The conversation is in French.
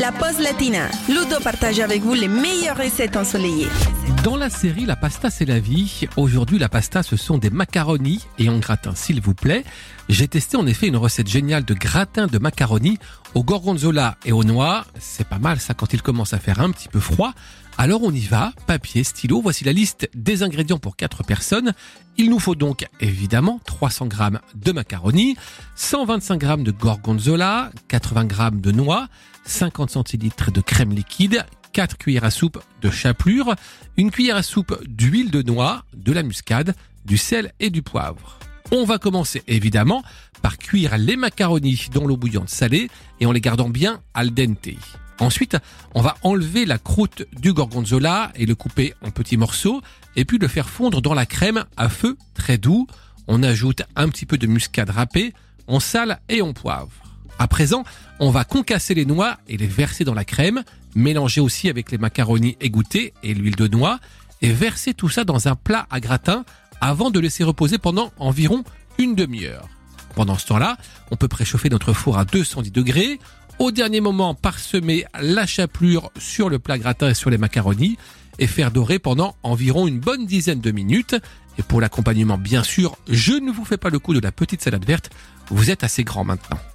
la pause latina. Ludo partage avec vous les meilleures recettes ensoleillées. Dans la série La pasta c'est la vie, aujourd'hui la pasta ce sont des macaronis et en gratin s'il vous plaît. J'ai testé en effet une recette géniale de gratin de macaronis au gorgonzola et aux noix. C'est pas mal ça quand il commence à faire un petit peu froid. Alors on y va, papier, stylo, voici la liste des ingrédients pour 4 personnes. Il nous faut donc évidemment 300 g de macaronis, 125 g de gorgonzola, 80 g de noix, 50 centilitres de crème liquide, 4 cuillères à soupe de chapelure, une cuillère à soupe d'huile de noix, de la muscade, du sel et du poivre. On va commencer évidemment par cuire les macaronis dans l'eau bouillante salée et en les gardant bien al dente. Ensuite, on va enlever la croûte du gorgonzola et le couper en petits morceaux et puis le faire fondre dans la crème à feu très doux. On ajoute un petit peu de muscade râpée, on sale et on poivre. À présent, on va concasser les noix et les verser dans la crème, mélanger aussi avec les macaronis égouttés et l'huile de noix et verser tout ça dans un plat à gratin avant de laisser reposer pendant environ une demi-heure. Pendant ce temps-là, on peut préchauffer notre four à 210 degrés. Au dernier moment, parsemer la chapelure sur le plat gratin et sur les macaronis et faire dorer pendant environ une bonne dizaine de minutes. Et pour l'accompagnement, bien sûr, je ne vous fais pas le coup de la petite salade verte. Vous êtes assez grand maintenant.